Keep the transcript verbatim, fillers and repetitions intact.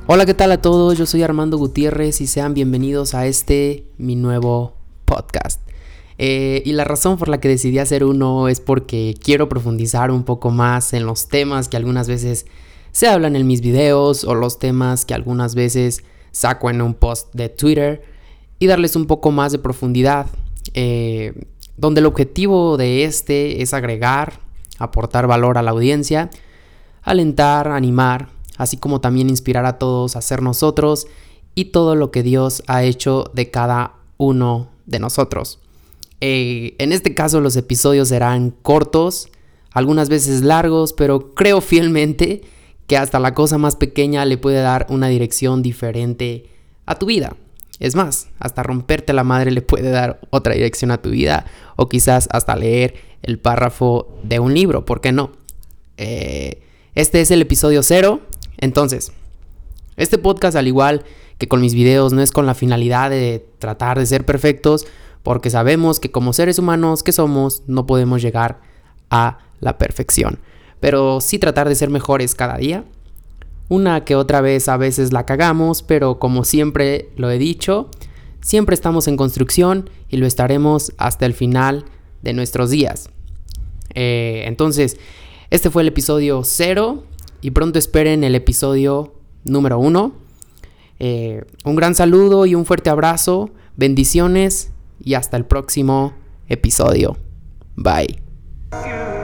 Hola, ¿qué tal a todos? Yo soy Armando Gutiérrez y sean bienvenidos a este, mi nuevo podcast. Eh, y la razón por la que decidí hacer uno es porque quiero profundizar un poco más en los temas que algunas veces se hablan en mis videos o los temas que algunas veces saco en un post de Twitter y darles un poco más de profundidad, eh, donde el objetivo de este es agregar, aportar valor a la audiencia, alentar, animar, así como también inspirar a todos a ser nosotros y todo lo que Dios ha hecho de cada uno de nosotros. Eh, en este caso los episodios serán cortos, algunas veces largos, pero creo fielmente que hasta la cosa más pequeña le puede dar una dirección diferente a tu vida. Es más, hasta romperte la madre le puede dar otra dirección a tu vida, o quizás hasta leer el párrafo de un libro, ¿por qué no? Eh, este es el episodio cero. Entonces, este podcast, al igual que con mis videos, no es con la finalidad de tratar de ser perfectos, porque sabemos que como seres humanos que somos, no podemos llegar a la perfección. Pero sí tratar de ser mejores cada día. Una que otra vez a veces la cagamos, pero como siempre lo he dicho, siempre estamos en construcción y lo estaremos hasta el final de nuestros días. Eh, entonces, este fue el episodio cero. Y pronto esperen el episodio número uno. Eh, un gran saludo y un fuerte abrazo. Bendiciones y hasta el próximo episodio. Bye.